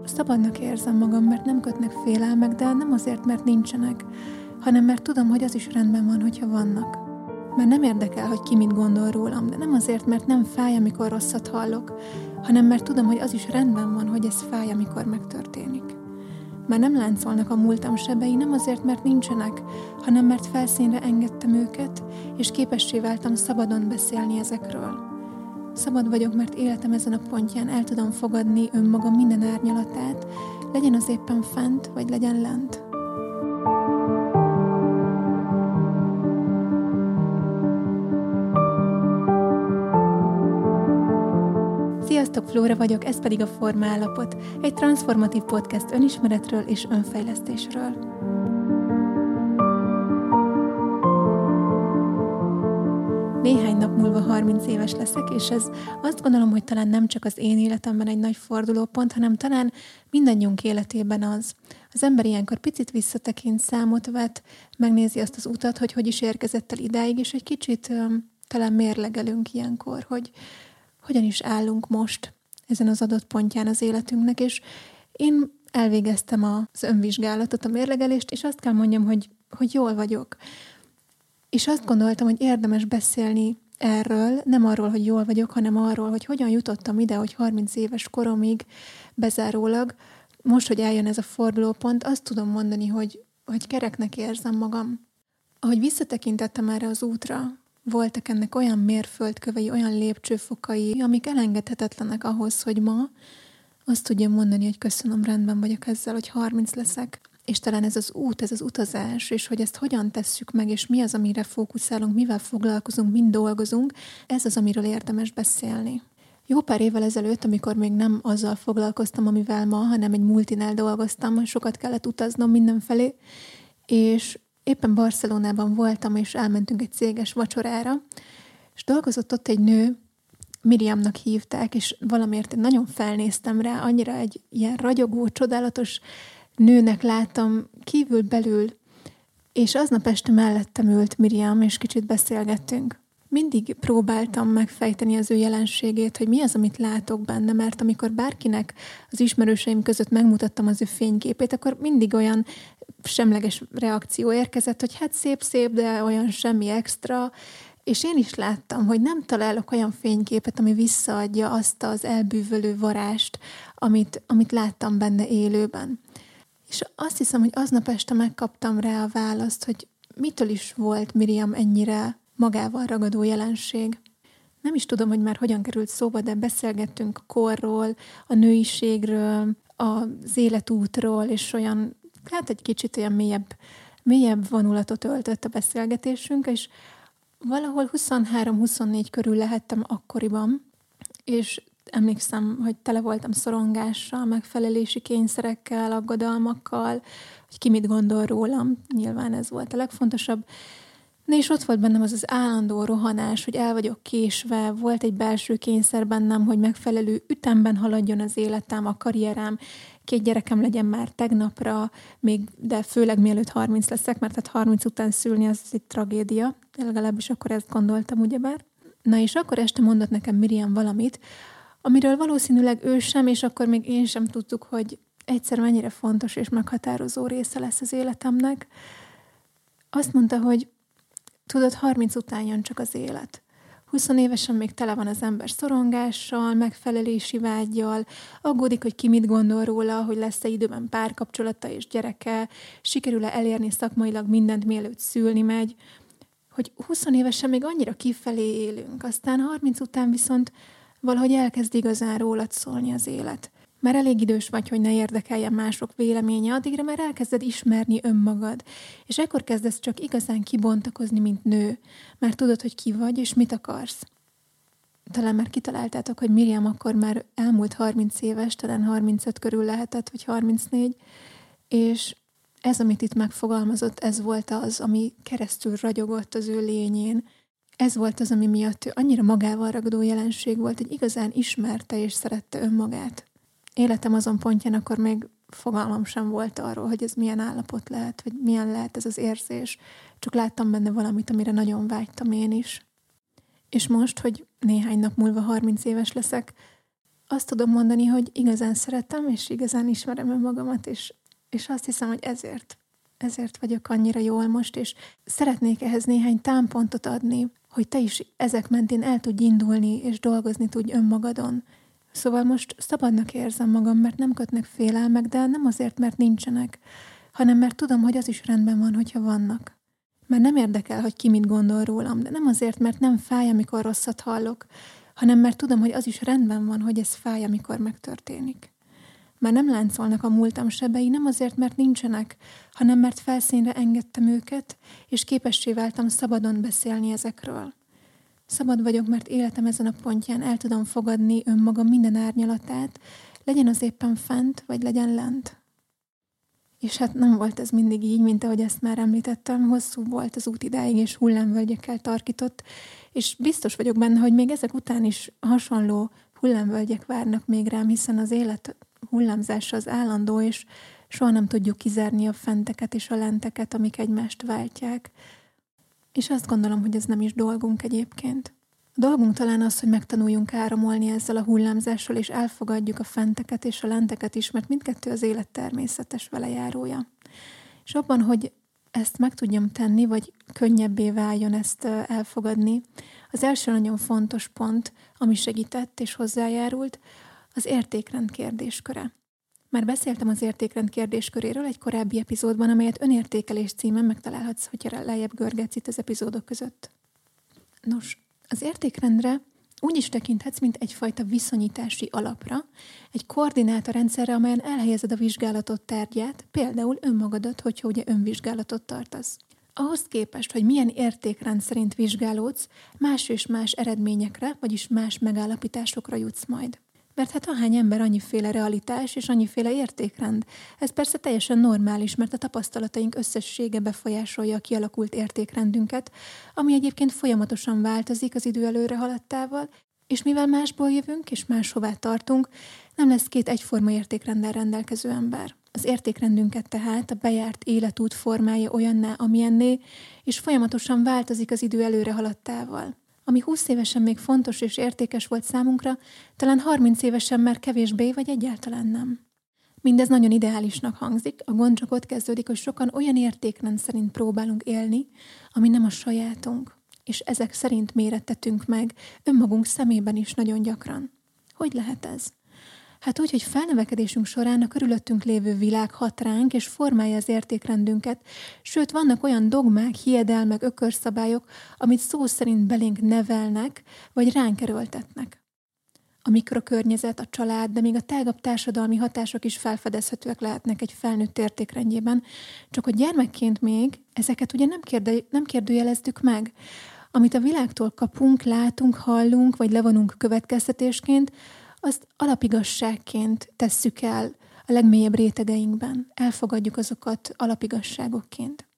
szabadnak érzem magam, mert nem kötnek félelmek, de nem azért, mert nincsenek, hanem mert tudom, hogy az is rendben van, hogyha vannak. Mert nem érdekel, hogy ki mit gondol rólam, de nem azért, mert nem fáj, amikor rosszat hallok, hanem mert tudom, hogy az is rendben van, hogy ez fáj, amikor megtörténik. Már nem láncolnak a múltam sebei, nem azért, mert nincsenek, hanem mert felszínre engedtem őket, és képessé váltam szabadon beszélni ezekről. Szabad vagyok, mert életem ezen a pontján el tudom fogadni önmagam minden árnyalatát, legyen az éppen fent, vagy legyen lent. Sziasztok, Flóra vagyok, ez pedig a Formállapot, egy transformatív podcast önismeretről és önfejlesztésről. Néhány nap múlva 30 éves leszek, és ez azt gondolom, hogy talán nem csak az én életemben egy nagy fordulópont, hanem talán mindannyiunk életében az. Az ember ilyenkor picit visszatekint, számot vet, megnézi azt az utat, hogy is érkezett el idáig, és egy kicsit talán mérlegelünk ilyenkor, hogy hogyan is állunk most ezen az adott pontján az életünknek, és én elvégeztem az önvizsgálatot, a mérlegelést, és azt kell mondjam, hogy jól vagyok. És azt gondoltam, hogy érdemes beszélni erről, nem arról, hogy jól vagyok, hanem arról, hogy hogyan jutottam ide, hogy 30 éves koromig bezárólag, most, hogy eljön ez a fordulópont, azt tudom mondani, hogy kereknek érzem magam. Ahogy visszatekintettem erre az útra, voltak ennek olyan mérföldkövei, olyan lépcsőfokai, amik elengedhetetlenek ahhoz, hogy ma azt tudjam mondani, hogy köszönöm, rendben vagyok ezzel, hogy 30 leszek. És talán ez az út, ez az utazás, és hogy ezt hogyan tesszük meg, és mi az, amire fókuszálunk, mivel foglalkozunk, mind dolgozunk, ez az, amiről érdemes beszélni. Jó pár évvel ezelőtt, amikor még nem azzal foglalkoztam, amivel ma, hanem egy multinál dolgoztam, sokat kellett utaznom mindenfelé, és éppen Barcelonában voltam, és elmentünk egy céges vacsorára, és dolgozott ott egy nő, Miriamnak hívták, és valamiért én nagyon felnéztem rá, annyira egy ilyen ragyogó, csodálatos nőnek láttam kívül-belül, és aznap este mellettem ült Miriam, és kicsit beszélgettünk. Mindig próbáltam megfejteni az ő jelenségét, hogy mi az, amit látok benne, mert amikor bárkinek az ismerőseim között megmutattam az ő fényképét, akkor mindig olyan semleges reakció érkezett, hogy hát szép, de olyan semmi extra, és én is láttam, hogy nem találok olyan fényképet, ami visszaadja azt az elbűvölő varást, amit láttam benne élőben. És azt hiszem, hogy aznap este megkaptam rá a választ, hogy mitől is volt Miriam ennyire magával ragadó jelenség. Nem is tudom, hogy már hogyan került szóba, de beszélgettünk a korról, a nőiségről, az életútról, és olyan, hát egy kicsit olyan mélyebb vonulatot öltött a beszélgetésünk, és valahol 23-24 körül lehettem akkoriban, és emlékszem, hogy tele voltam szorongással, megfelelési kényszerekkel, aggodalmakkal, hogy ki mit gondol rólam. Nyilván ez volt a legfontosabb. És ott volt bennem az állandó rohanás, hogy el vagyok késve, volt egy belső kényszer bennem, hogy megfelelő ütemben haladjon az életem, a karrierem, 2 gyerekem legyen már tegnapra, de főleg mielőtt 30 leszek, mert hát 30 után szülni az egy tragédia, legalábbis akkor ezt gondoltam, ugyebár. Na és akkor este mondott nekem Miriam valamit, amiről valószínűleg ő sem, és akkor még én sem tudtuk, hogy egyszer mennyire fontos és meghatározó része lesz az életemnek. Azt mondta, hogy tudod, 30 után jön csak az élet. 20 évesen még tele van az ember szorongással, megfelelési vággyal, aggódik, hogy ki mit gondol róla, hogy lesz-e időben párkapcsolata és gyereke, sikerül-e elérni szakmailag mindent, mielőtt szülni megy, hogy 20 évesen még annyira kifelé élünk, aztán 30 után viszont valahogy elkezd igazán rólad szólni az élet. Már elég idős vagy, hogy ne érdekeljen mások véleménye, addigra már elkezded ismerni önmagad, és ekkor kezdesz csak igazán kibontakozni, mint nő, mert tudod, hogy ki vagy, és mit akarsz. Talán már kitaláltátok, hogy Miriam akkor már elmúlt 30 éves, talán 35 körül lehetett, vagy 34, és ez, amit itt megfogalmazott, ez volt az, ami keresztül ragyogott az ő lényén. Ez volt az, ami miatt ő annyira magával ragadó jelenség volt, hogy igazán ismerte és szerette önmagát. Életem azon pontján akkor még fogalmam sem volt arról, hogy ez milyen állapot lehet, vagy milyen lehet ez az érzés. Csak láttam benne valamit, amire nagyon vágytam én is. És most, hogy néhány nap múlva 30 éves leszek, azt tudom mondani, hogy igazán szeretem, és igazán ismerem önmagamat, és azt hiszem, hogy ezért vagyok annyira jól most, és szeretnék ehhez néhány támpontot adni, hogy te is ezek mentén el tudj indulni, és dolgozni tudj önmagadon. Szóval most szabadnak érzem magam, mert nem kötnek félelmek, de nem azért, mert nincsenek, hanem mert tudom, hogy az is rendben van, hogyha vannak. Már nem érdekel, hogy ki mit gondol rólam, de nem azért, mert nem fáj, amikor rosszat hallok, hanem mert tudom, hogy az is rendben van, hogy ez fáj, amikor megtörténik. Már nem láncolnak a múltam sebei, nem azért, mert nincsenek, hanem mert felszínre engedtem őket, és képessé váltam szabadon beszélni ezekről. Szabad vagyok, mert életem ezen a pontján el tudom fogadni önmagam minden árnyalatát, legyen az éppen fent, vagy legyen lent. És hát nem volt ez mindig így, mint ahogy ezt már említettem, hosszú volt az út idáig, és hullámvölgyekkel tarkított, és biztos vagyok benne, hogy még ezek után is hasonló hullámvölgyek várnak még rám, hiszen az élet hullámzása az állandó, és soha nem tudjuk kizárni a fenteket és a lenteket, amik egymást váltják. És azt gondolom, hogy ez nem is dolgunk egyébként. A dolgunk talán az, hogy megtanuljunk áramolni ezzel a hullámzással, és elfogadjuk a fenteket és a lenteket is, mert mindkettő az élet természetes velejárója. És abban, hogy ezt meg tudjam tenni, vagy könnyebbé váljon ezt elfogadni, az első nagyon fontos pont, ami segített és hozzájárult, az értékrend kérdésköre. Már beszéltem az értékrend kérdésköréről egy korábbi epizódban, amelyet önértékelés címen megtalálhatsz, hogyha lejjebb görgetsz itt az epizódok között. Nos, az értékrendre úgy is tekinthetsz, mint egyfajta viszonyítási alapra, egy koordinátorrendszerre, amelyen elhelyezed a vizsgálatot tárgyát, például önmagadat, hogyha ugye önvizsgálatot tartasz. Ahhoz képest, hogy milyen értékrend szerint vizsgálódsz, más és más eredményekre, vagyis más megállapításokra jutsz majd. Mert hát ahány ember, annyiféle realitás és annyiféle értékrend. Ez persze teljesen normális, mert a tapasztalataink összessége befolyásolja a kialakult értékrendünket, ami egyébként folyamatosan változik az idő előre haladtával, és mivel másból jövünk és máshová tartunk, nem lesz két egyforma értékrenddel rendelkező ember. Az értékrendünket tehát a bejárt életút formája olyanná, amilyenné, és folyamatosan változik az idő előre haladtával. Ami 20 évesen még fontos és értékes volt számunkra, talán 30 évesen már kevésbé, vagy egyáltalán nem. Mindez nagyon ideálisnak hangzik, a gond csak ott kezdődik, hogy sokan olyan értékrend szerint próbálunk élni, ami nem a sajátunk, és ezek szerint mérettetünk meg önmagunk szemében is nagyon gyakran. Hogy lehet ez? Hát úgy, hogy felnövekedésünk során a körülöttünk lévő világ hat ránk és formálja az értékrendünket, sőt vannak olyan dogmák, hiedelmek, ökörszabályok, amit szó szerint belénk nevelnek, vagy ránk erőltetnek. A mikrokörnyezet, a család, de még a tágabb társadalmi hatások is felfedezhetőek lehetnek egy felnőtt értékrendjében, csak hogy gyermekként még ezeket ugye nem kérdőjeleztük meg. Amit a világtól kapunk, látunk, hallunk, vagy levonunk következtetésként, azt alapigasságként tesszük el a legmélyebb rétegeinkben. Elfogadjuk azokat alapigasságokként.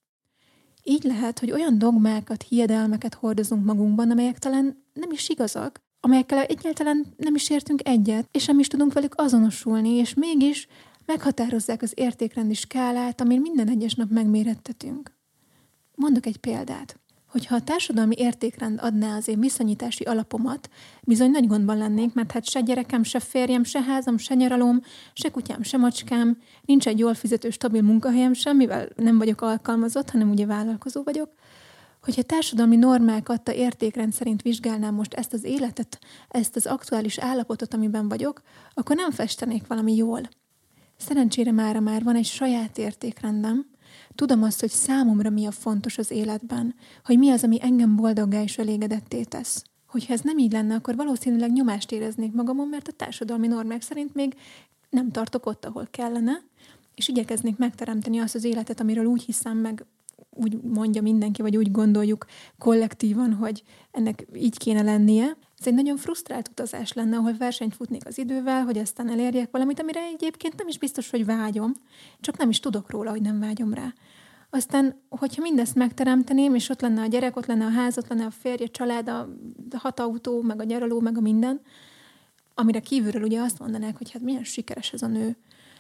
Így lehet, hogy olyan dogmákat, hiedelmeket hordozunk magunkban, amelyek talán nem is igazak, amelyekkel egyáltalán nem is értünk egyet, és nem is tudunk velük azonosulni, és mégis meghatározzák az értékrendi skálát, amin minden egyes nap megmérettetünk. Mondok egy példát. Hogyha a társadalmi értékrend adná az én viszonyítási alapomat, bizony nagy gondban lennék, mert hát se gyerekem, se férjem, se házam, se nyaralom, se kutyám, se macskám, nincs egy jól fizető, stabil munkahelyem sem, mivel nem vagyok alkalmazott, hanem ugye vállalkozó vagyok. Hogyha társadalmi normák adta értékrend szerint vizsgálnám most ezt az életet, ezt az aktuális állapotot, amiben vagyok, akkor nem festenék valami jól. Szerencsére mára már van egy saját értékrendem. Tudom azt, hogy számomra mi a fontos az életben, hogy mi az, ami engem boldoggá és elégedetté tesz. Hogyha ez nem így lenne, akkor valószínűleg nyomást éreznék magamon, mert a társadalmi normák szerint még nem tartok ott, ahol kellene, és igyekeznék megteremteni azt az életet, amiről úgy hiszem meg, úgy mondja mindenki, vagy úgy gondoljuk kollektívan, hogy ennek így kéne lennie. Ez egy nagyon frusztrált utazás lenne, ahol versenyt futnék az idővel, hogy aztán elérjek valamit, amire egyébként nem is biztos, hogy vágyom, csak nem is tudok róla, hogy nem vágyom rá. Aztán, hogyha mindezt megteremteném, és ott lenne a gyerek, ott lenne a ház, ott lenne a férje, a család, a 6 autó, meg a nyaraló, meg a minden, amire kívülről ugye azt mondanák, hogy hát milyen sikeres ez a nő.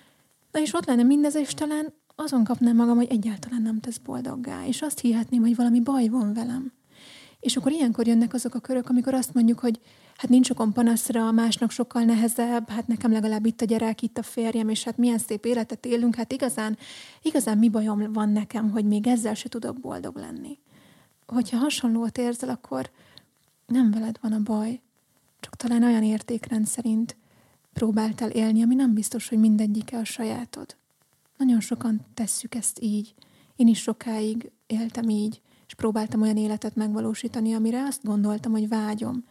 Na és ott lenne mindez, és talán azon kapnám magam, hogy egyáltalán nem tesz boldoggá, és azt hihetném, hogy valami baj van velem. És akkor ilyenkor jönnek azok a körök, amikor azt mondjuk, hogy hát nincs okom panaszra, másnak sokkal nehezebb, hát nekem legalább itt a gyerek, itt a férjem, és hát milyen szép életet élünk, hát igazán mi bajom van nekem, hogy még ezzel se tudok boldog lenni. Hogyha hasonlót érzel, akkor nem veled van a baj, csak talán olyan értékrend szerint próbáltál élni, ami nem biztos, hogy mindegyike a sajátod. Nagyon sokan tesszük ezt így. Én is sokáig éltem így, és próbáltam olyan életet megvalósítani, amire azt gondoltam, hogy vágyom.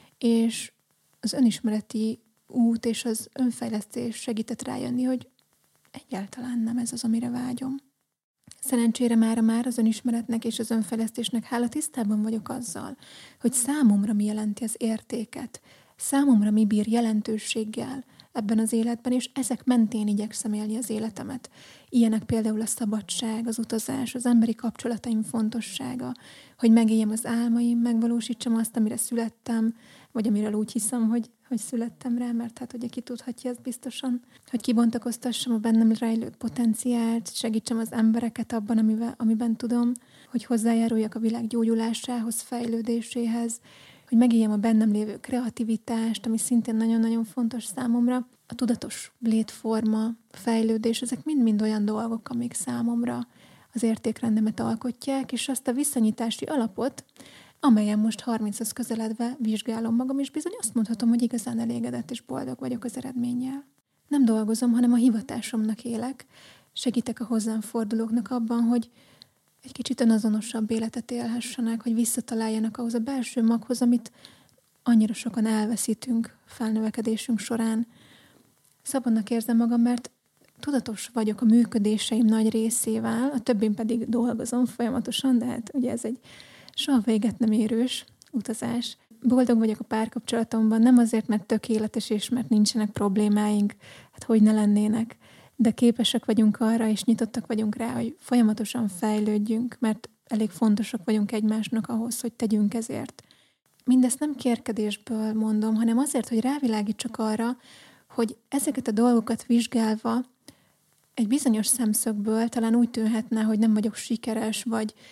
És az önismereti út és az önfejlesztés segített rájönni, hogy egyáltalán nem ez az, amire vágyom. Szerencsére már az önismeretnek és az önfejlesztésnek hála tisztában vagyok azzal, hogy számomra mi jelenti az értéket, számomra mi bír jelentőséggel ebben az életben, és ezek mentén igyekszem élni az életemet. Ilyenek például a szabadság, az utazás, az emberi kapcsolataim fontossága, hogy megéljem az álmaim, megvalósítsam azt, amire születtem, vagy amiről úgy hiszem, hogy születtem rá, mert hát ugye ki tudhatja ezt biztosan, hogy kibontakoztassam a bennem rejlő potenciált, segítsem az embereket abban, amiben tudom, hogy hozzájáruljak a világ gyógyulásához, fejlődéséhez, hogy megéljem a bennem lévő kreativitást, ami szintén nagyon-nagyon fontos számomra. A tudatos létforma, fejlődés, ezek mind-mind olyan dolgok, amik számomra az értékrendemet alkotják, és azt a viszonyítási alapot, amelyen most 30-hoz közeledve vizsgálom magam, és bizony azt mondhatom, hogy igazán elégedett és boldog vagyok az eredménnyel. Nem dolgozom, hanem a hivatásomnak élek. Segítek a hozzám fordulóknak abban, hogy egy kicsit önazonosabb életet élhessenek, hogy visszataláljanak ahhoz a belső maghoz, amit annyira sokan elveszítünk felnövekedésünk során. Szabadnak érzem magam, mert tudatos vagyok a működéseim nagy részével, a többén pedig dolgozom folyamatosan, de hát ugye ez egy soha véget nem érős utazás. Boldog vagyok a párkapcsolatomban, nem azért, mert tökéletes és mert nincsenek problémáink, hát hogy ne lennének, de képesek vagyunk arra, és nyitottak vagyunk rá, hogy folyamatosan fejlődjünk, mert elég fontosak vagyunk egymásnak ahhoz, hogy tegyünk ezért. Mindezt nem kérkedésből mondom, hanem azért, hogy rávilágítsak arra, hogy ezeket a dolgokat vizsgálva egy bizonyos szemszögből talán úgy tűnhetne, hogy nem vagyok sikeres,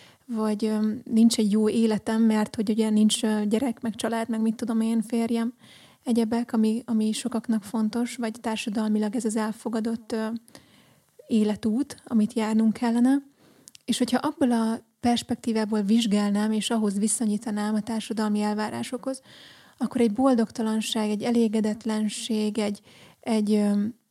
vagy nincs egy jó életem, mert hogy ugye nincs gyerek, meg család, meg mit tudom én, férjem, egyebek, ami sokaknak fontos, vagy társadalmilag ez az elfogadott életút, amit járnunk kellene. És hogyha abból a perspektívából vizsgálnám, és ahhoz viszonyítanám a társadalmi elvárásokhoz, akkor egy boldogtalanság, egy elégedetlenség, egy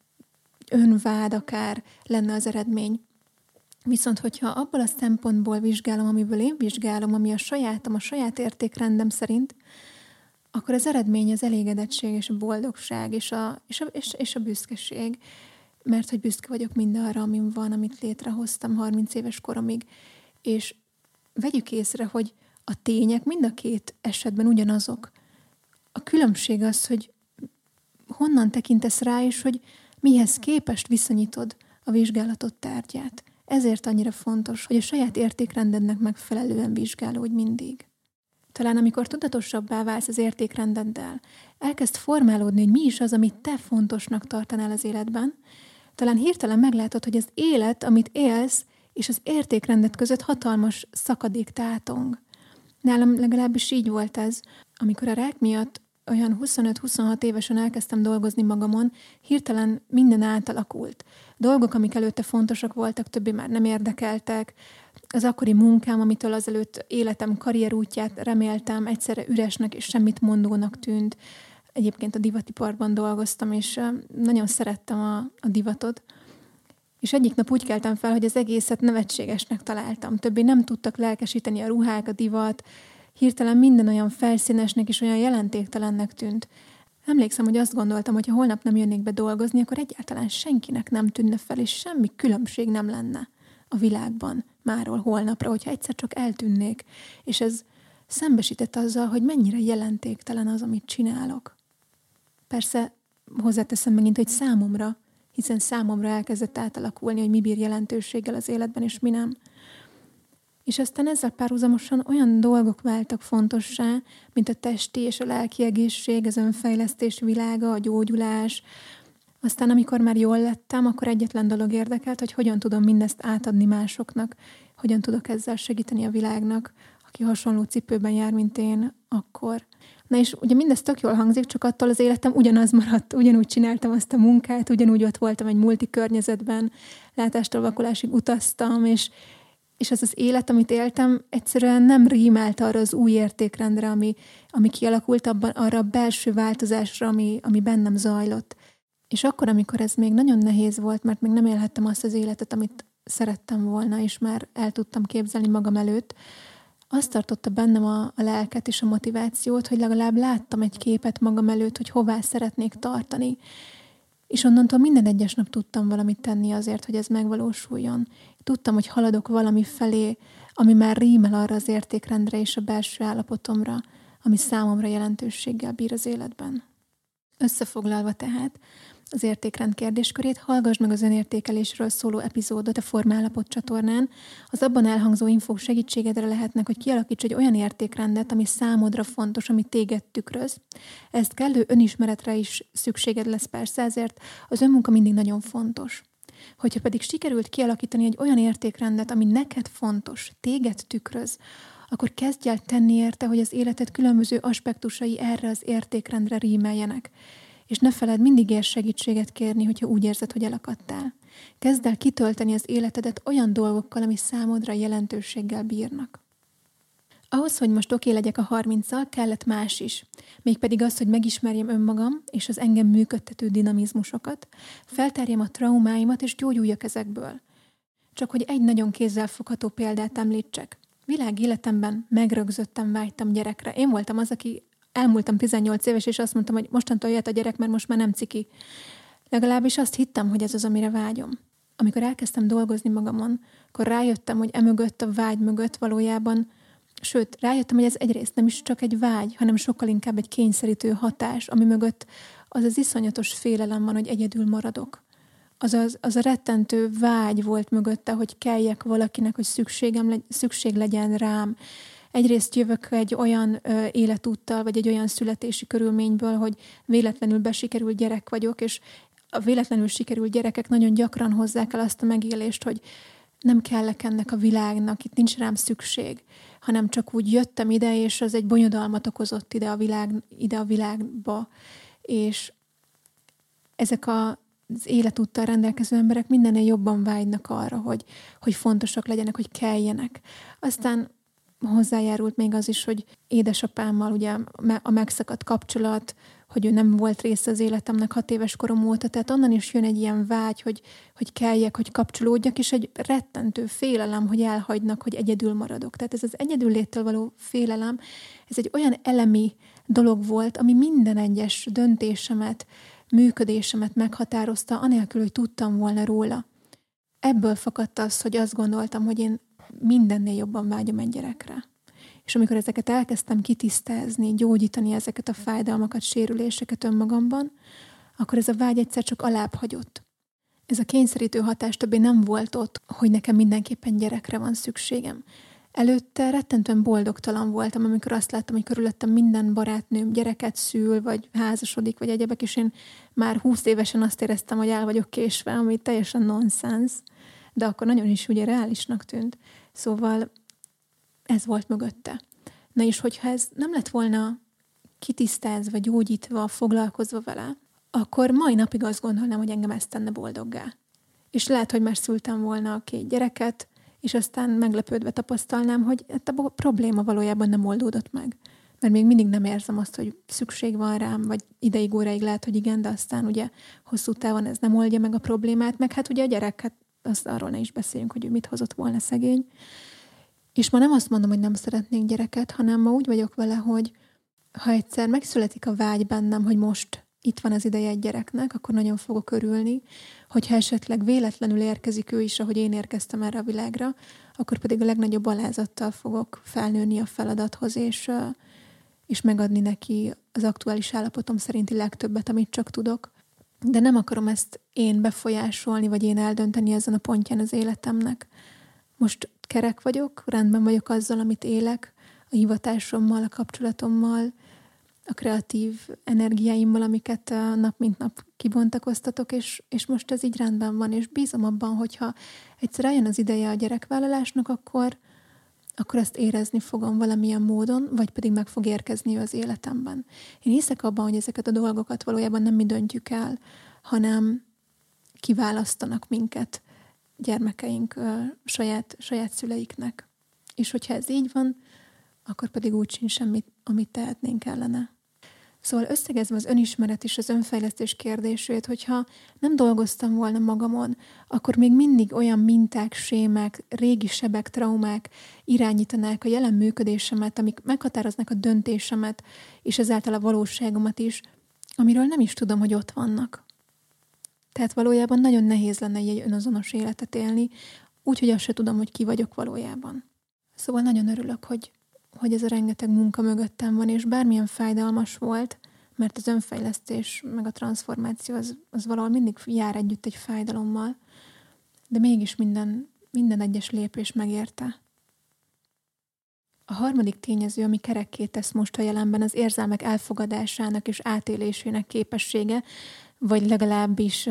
önvád akár lenne az eredmény. Viszont, hogyha abból a szempontból vizsgálom, amiből én vizsgálom, ami a sajátom, a saját értékrendem szerint, akkor az eredmény az elégedettség és a boldogság és a büszkeség, mert hogy büszke vagyok mindarra, amin van, amit létrehoztam 30 éves koromig. És vegyük észre, hogy a tények mind a két esetben ugyanazok. A különbség az, hogy honnan tekintesz rá, és hogy mihez képest viszonyítod a vizsgálatot tárgyát. Ezért annyira fontos, hogy a saját értékrendednek megfelelően vizsgálódj mindig. Talán amikor tudatosabbá válsz az értékrendeddel, elkezd formálódni, hogy mi is az, amit te fontosnak tartanál az életben, talán hirtelen meglátod, hogy az élet, amit élsz, és az értékrendet között hatalmas szakadék tátong. Nálam legalábbis így volt ez, amikor a rák miatt olyan 25-26 évesen elkezdtem dolgozni magamon, hirtelen minden átalakult. Dolgok, amik előtte fontosak voltak, többé már nem érdekeltek. Az akkori munkám, amitől azelőtt életem karrierútját reméltem, egyszerre üresnek és semmit mondónak tűnt. Egyébként a divatiparban dolgoztam, és nagyon szerettem a divatot. És egyik nap úgy keltem fel, hogy az egészet nevetségesnek találtam. Többé nem tudtak lelkesíteni a ruhák, a divat. Hirtelen minden olyan felszínesnek és olyan jelentéktelennek tűnt. Emlékszem, hogy azt gondoltam, hogy ha holnap nem jönnék be dolgozni, akkor egyáltalán senkinek nem tűnne fel, és semmi különbség nem lenne a világban máról holnapra, hogyha egyszer csak eltűnnék. És ez szembesített azzal, hogy mennyire jelentéktelen az, amit csinálok. Persze hozzáteszem megint, hogy számomra, hiszen számomra elkezdett átalakulni, hogy mi bír jelentőséggel az életben, és mi nem. És aztán ezzel párhuzamosan olyan dolgok váltak fontossá, mint a testi és a lelki egészség, az önfejlesztés világa, a gyógyulás. Aztán amikor már jól lettem, akkor egyetlen dolog érdekelt, hogy hogyan tudom mindezt átadni másoknak, hogyan tudok ezzel segíteni a világnak, aki hasonló cipőben jár, mint én akkor. Na és ugye mindez tök jól hangzik, csak attól az életem ugyanaz maradt, ugyanúgy csináltam azt a munkát, ugyanúgy ott voltam egy multi környezetben, látástól vakulásig utaztam, és az élet, amit éltem, egyszerűen nem rímelt arra az új értékrendre, ami kialakult abban, arra a belső változásra, ami bennem zajlott. És akkor, amikor ez még nagyon nehéz volt, mert még nem élhettem azt az életet, amit szerettem volna, és már el tudtam képzelni magam előtt, azt tartotta bennem a lelket és a motivációt, hogy legalább láttam egy képet magam előtt, hogy hová szeretnék tartani. És onnantól minden egyes nap tudtam valamit tenni azért, hogy ez megvalósuljon. Tudtam, hogy haladok valami felé, ami már rímel arra az értékrendre és a belső állapotomra, ami számomra jelentőséggel bír az életben. Összefoglalva tehát, az értékrend kérdéskörét hallgass meg az önértékelésről szóló epizódot a Formállapot csatornán. Az abban elhangzó infók segítségedre lehetnek, hogy kialakíts egy olyan értékrendet, ami számodra fontos, ami téged tükröz. Ezt kellő önismeretre is szükséged lesz persze, ezért az önmunka mindig nagyon fontos. Hogyha pedig sikerült kialakítani egy olyan értékrendet, ami neked fontos, téged tükröz, akkor kezdj el tenni érte, hogy az életed különböző aspektusai erre az értékrendre rímeljenek. És ne feledd mindig ér segítséget kérni, hogyha úgy érzed, hogy elakadtál. Kezd el kitölteni az életedet olyan dolgokkal, ami számodra jelentőséggel bírnak. Ahhoz, hogy most oké legyek a 30-al, kellett más is. Mégpedig az, hogy megismerjem önmagam és az engem működtető dinamizmusokat, feltárjam a traumáimat és gyógyuljak ezekből. Csak hogy egy nagyon kézzelfogható példát említsek. Világéletemben megrögzöttem, vágytam gyerekre. Én voltam az, aki elmúltam 18 éves, és azt mondtam, hogy mostantól jött a gyerek, mert most már nem ciki. Legalábbis azt hittem, hogy ez az, amire vágyom. Amikor elkezdtem dolgozni magamon, akkor rájöttem, hogy emögött a vágy mögött valójában, sőt, rájöttem, hogy ez egyrészt nem is csak egy vágy, hanem sokkal inkább egy kényszerítő hatás, ami mögött az iszonyatos félelem van, hogy egyedül maradok. Az a rettentő vágy volt mögötte, hogy kelljek valakinek, hogy szükség legyen rám. Egyrészt jövök egy olyan életúttal, vagy egy olyan születési körülményből, hogy véletlenül besikerült gyerek vagyok, és a véletlenül sikerült gyerekek nagyon gyakran hozzák el azt a megélést, hogy nem kellek ennek a világnak, itt nincs rám szükség, hanem csak úgy jöttem ide, és az egy bonyodalmat okozott ide a világba. És ezek az életúttal rendelkező emberek mindennél jobban vágynak arra, hogy fontosak legyenek, hogy keljenek. Aztán hozzájárult még az is, hogy édesapámmal ugye a megszakadt kapcsolat, hogy ő nem volt része az életemnek 6 éves korom óta, tehát onnan is jön egy ilyen vágy, hogy kelljek, hogy kapcsolódjak, és egy rettentő félelem, hogy elhagynak, hogy egyedül maradok. Tehát ez az egyedül léttel való félelem, ez egy olyan elemi dolog volt, ami minden egyes döntésemet, működésemet meghatározta, anélkül, hogy tudtam volna róla. Ebből fakadt az, hogy azt gondoltam, hogy én mindennél jobban vágyom egy gyerekre. És amikor ezeket elkezdtem kitisztázni, gyógyítani ezeket a fájdalmakat, sérüléseket önmagamban, akkor ez a vágy egyszer csak alább hagyott. Ez a kényszerítő hatás többé nem volt ott, hogy nekem mindenképpen gyerekre van szükségem. Előtte rettentően boldogtalan voltam, amikor azt láttam, hogy körülöttem minden barátnőm gyereket szül, vagy házasodik, vagy egyebek, és én már 20 évesen azt éreztem, hogy el vagyok késve, ami teljesen nonsens, de akkor nagyon is ugye reálisnak tűnt. Szóval ez volt mögötte. Na és hogyha ez nem lett volna kitisztázva, gyógyítva, foglalkozva vele, akkor mai napig azt gondolnám, hogy engem ezt tenne boldoggá. És lehet, hogy már szültem volna 2 gyereket, és aztán meglepődve tapasztalnám, hogy a probléma valójában nem oldódott meg. Mert még mindig nem érzem azt, hogy szükség van rám, vagy ideig, óráig lehet, hogy igen, de aztán ugye hosszú távon ez nem oldja meg a problémát, meg hát ugye a gyerek, hát azt arról ne is beszéljünk, hogy ő mit hozott volna szegény. És ma nem azt mondom, hogy nem szeretnék gyereket, hanem ma úgy vagyok vele, hogy ha egyszer megszületik a vágy bennem, hogy most itt van az ideje egy gyereknek, akkor nagyon fogok örülni, hogyha esetleg véletlenül érkezik ő is, ahogy én érkeztem erre a világra, akkor pedig a legnagyobb alázattal fogok felnőni a feladathoz, és megadni neki az aktuális állapotom szerinti legtöbbet, amit csak tudok. De nem akarom ezt én befolyásolni, vagy én eldönteni ezen a pontján az életemnek. Most kerek vagyok, rendben vagyok azzal, amit élek, a hivatásommal, a kapcsolatommal, a kreatív energiáimmal, amiket nap mint nap kibontakoztatok, és most ez így rendben van, és bízom abban, hogyha egyszer eljön az ideje a gyerekvállalásnak, akkor akkor azt érezni fogom valamilyen módon, vagy pedig meg fog érkezni ő az életemben. Én hiszek abban, hogy ezeket a dolgokat valójában nem mi döntjük el, hanem kiválasztanak minket gyermekeink saját szüleiknek. És hogyha ez így van, akkor pedig úgy sincs semmit, amit tehetnénk ellene. Szóval összegezve az önismeret és az önfejlesztés kérdését, hogyha nem dolgoztam volna magamon, akkor még mindig olyan minták, sémák, régi sebek, traumák irányítanák a jelen működésemet, amik meghatároznak a döntésemet, és ezáltal a valóságomat is, amiről nem is tudom, hogy ott vannak. Tehát valójában nagyon nehéz lenne egy önazonos életet élni, úgyhogy azt se tudom, hogy ki vagyok valójában. Szóval nagyon örülök, hogy ez a rengeteg munka mögöttem van, és bármilyen fájdalmas volt, mert az önfejlesztés meg a transformáció az valahol mindig jár együtt egy fájdalommal, de mégis minden egyes lépés megérte. A harmadik tényező, ami kerekké tesz most a jelenben, az érzelmek elfogadásának és átélésének képessége, vagy legalábbis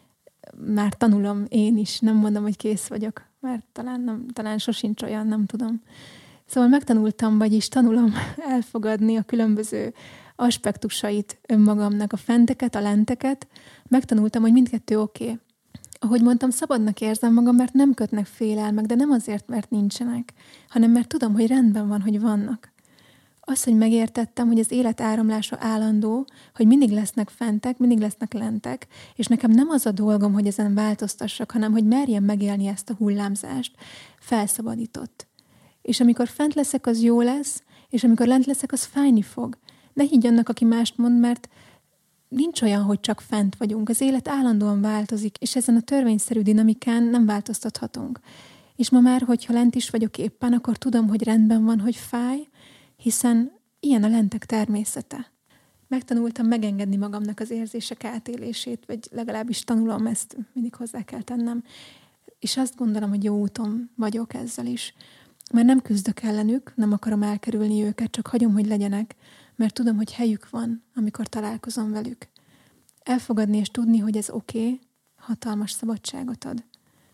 már tanulom én is, nem mondom, hogy kész vagyok, mert talán sosincs olyan, nem tudom. Szóval megtanultam, vagyis tanulom elfogadni a különböző aspektusait önmagamnak, a fenteket, a lenteket. Megtanultam, hogy mindkettő oké. Ahogy mondtam, szabadnak érzem magam, mert nem kötnek félelmek, de nem azért, mert nincsenek, hanem mert tudom, hogy rendben van, hogy vannak. Az, hogy megértettem, hogy az élet áramlása állandó, hogy mindig lesznek fentek, mindig lesznek lentek, és nekem nem az a dolgom, hogy ezen változtassak, hanem hogy merjem megélni ezt a hullámzást, felszabadított. És amikor fent leszek, az jó lesz, és amikor lent leszek, az fájni fog. Ne higgy annak, aki mást mond, mert nincs olyan, hogy csak fent vagyunk. Az élet állandóan változik, és ezen a törvényszerű dinamikán nem változtathatunk. És ma már, hogyha lent is vagyok éppen, akkor tudom, hogy rendben van, hogy fáj, hiszen ilyen a lentek természete. Megtanultam megengedni magamnak az érzések átélését, vagy legalábbis tanulom, ezt mindig hozzá kell tennem. És azt gondolom, hogy jó úton vagyok ezzel is. Mert nem küzdök ellenük, nem akarom elkerülni őket, csak hagyom, hogy legyenek, mert tudom, hogy helyük van, amikor találkozom velük. Elfogadni és tudni, hogy ez oké, hatalmas szabadságot ad.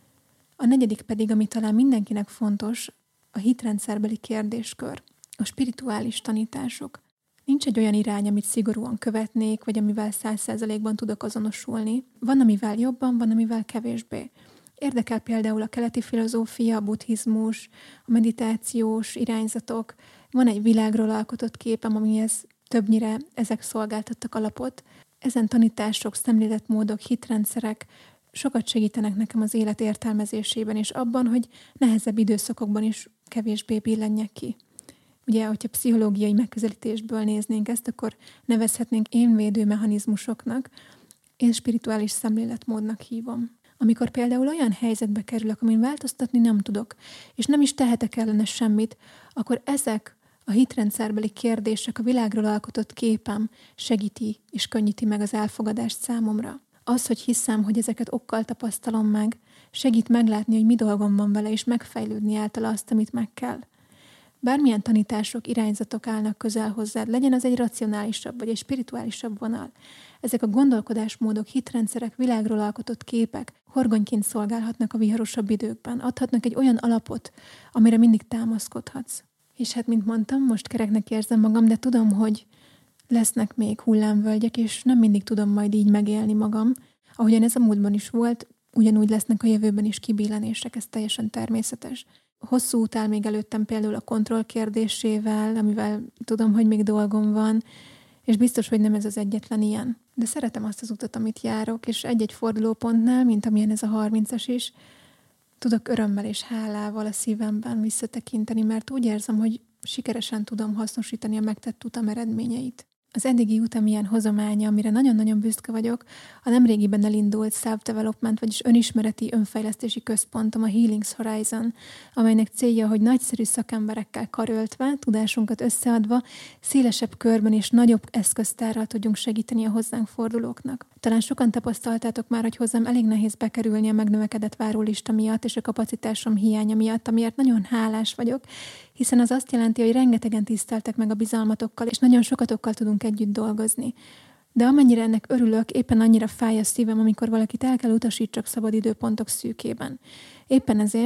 A negyedik pedig, ami talán mindenkinek fontos, a hitrendszerbeli kérdéskör, a spirituális tanítások. Nincs egy olyan irány, amit szigorúan követnék, vagy amivel 100%-ban tudok azonosulni. Van, amivel jobban, van, amivel kevésbé. Érdekel például a keleti filozófia, a buddhizmus, a meditációs irányzatok. Van egy világról alkotott képem, amihez többnyire ezek szolgáltattak alapot. Ezen tanítások, szemléletmódok, hitrendszerek sokat segítenek nekem az élet értelmezésében, és abban, hogy nehezebb időszakokban is kevésbé billenjek ki. Ugye, hogyha pszichológiai megközelítésből néznénk ezt, akkor nevezhetnénk énvédő mechanizmusoknak, én spirituális szemléletmódnak hívom. Amikor például olyan helyzetbe kerülök, amin változtatni nem tudok, és nem is tehetek ellene semmit, akkor ezek a hitrendszerbeli kérdések, a világról alkotott képem segíti és könnyíti meg az elfogadást számomra. Az, hogy hiszem, hogy ezeket okkal tapasztalom meg, segít meglátni, hogy mi dolgom van vele, és megfejlődni általa azt, amit meg kell. Bármilyen tanítások, irányzatok állnak közel hozzád, legyen az egy racionálisabb vagy egy spirituálisabb vonal. Ezek a gondolkodásmódok, hitrendszerek, világról alkotott képek horgonyként szolgálhatnak a viharosabb időkben, adhatnak egy olyan alapot, amire mindig támaszkodhatsz. És hát, mint mondtam, most kereknek érzem magam, de tudom, hogy lesznek még hullámvölgyek, és nem mindig tudom majd így megélni magam. Ahogyan ez a múltban is volt, ugyanúgy lesznek a jövőben is kibillenések, ez teljesen természetes. Hosszú út áll még előttem például a kontroll kérdésével, amivel tudom, hogy még dolgom van, és biztos, hogy nem ez az egyetlen ilyen. De szeretem azt az utat, amit járok, és egy-egy fordulópontnál, mint amilyen ez a 30-as is, tudok örömmel és hálával a szívemben visszatekinteni, mert úgy érzem, hogy sikeresen tudom hasznosítani a megtett utam eredményeit. Az eddigi utam ilyen hozománya, amire nagyon-nagyon büszke vagyok, a nemrégiben elindult Self-Development, vagyis önismereti önfejlesztési központom, a Healings Horizon, amelynek célja, hogy nagyszerű szakemberekkel karöltve, tudásunkat összeadva, szélesebb körben és nagyobb eszköztárral tudjunk segíteni a hozzánk fordulóknak. Talán sokan tapasztaltátok már, hogy hozzám elég nehéz bekerülni a megnövekedett várólista miatt és a kapacitásom hiánya miatt, amiért nagyon hálás vagyok, hiszen az azt jelenti, hogy rengetegen tiszteltek meg a bizalmatokkal, és nagyon sokatokkal tudunk együtt dolgozni. De amennyire ennek örülök, éppen annyira fáj a szívem, amikor valakit el kell utasítsak szabad időpontok szűkében. Éppen ezért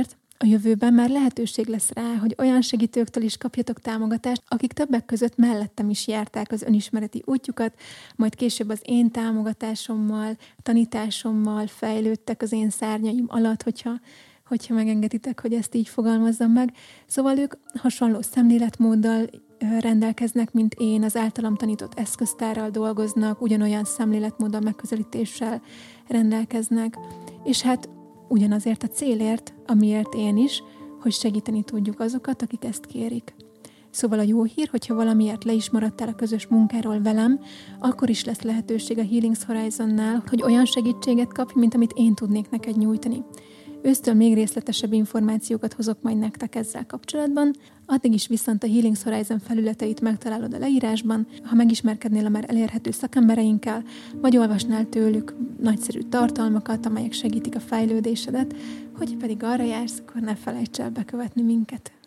A jövőben már lehetőség lesz rá, hogy olyan segítőktől is kapjatok támogatást, akik többek között mellettem is járták az önismereti útjukat, majd később az én támogatásommal, tanításommal fejlődtek az én szárnyaim alatt, hogyha megengeditek, hogy ezt így fogalmazzam meg. Szóval ők hasonló szemléletmóddal rendelkeznek, mint én, az általam tanított eszköztárral dolgoznak, ugyanolyan szemléletmóddal, megközelítéssel rendelkeznek, és hát ugyanazért a célért, amiért én is, hogy segíteni tudjuk azokat, akik ezt kérik. Szóval a jó hír, hogyha valamiért le is maradtál a közös munkáról velem, akkor is lesz lehetőség a Healings Horizonnál, hogy olyan segítséget kapj, mint amit én tudnék neked nyújtani. Ősztől még részletesebb információkat hozok majd nektek ezzel kapcsolatban, addig is viszont a Healings Horizon felületeit megtalálod a leírásban, ha megismerkednél a már elérhető szakembereinkkel, vagy olvasnál tőlük nagyszerű tartalmakat, amelyek segítik a fejlődésedet, hogy pedig arra jársz, akkor ne felejts el bekövetni minket.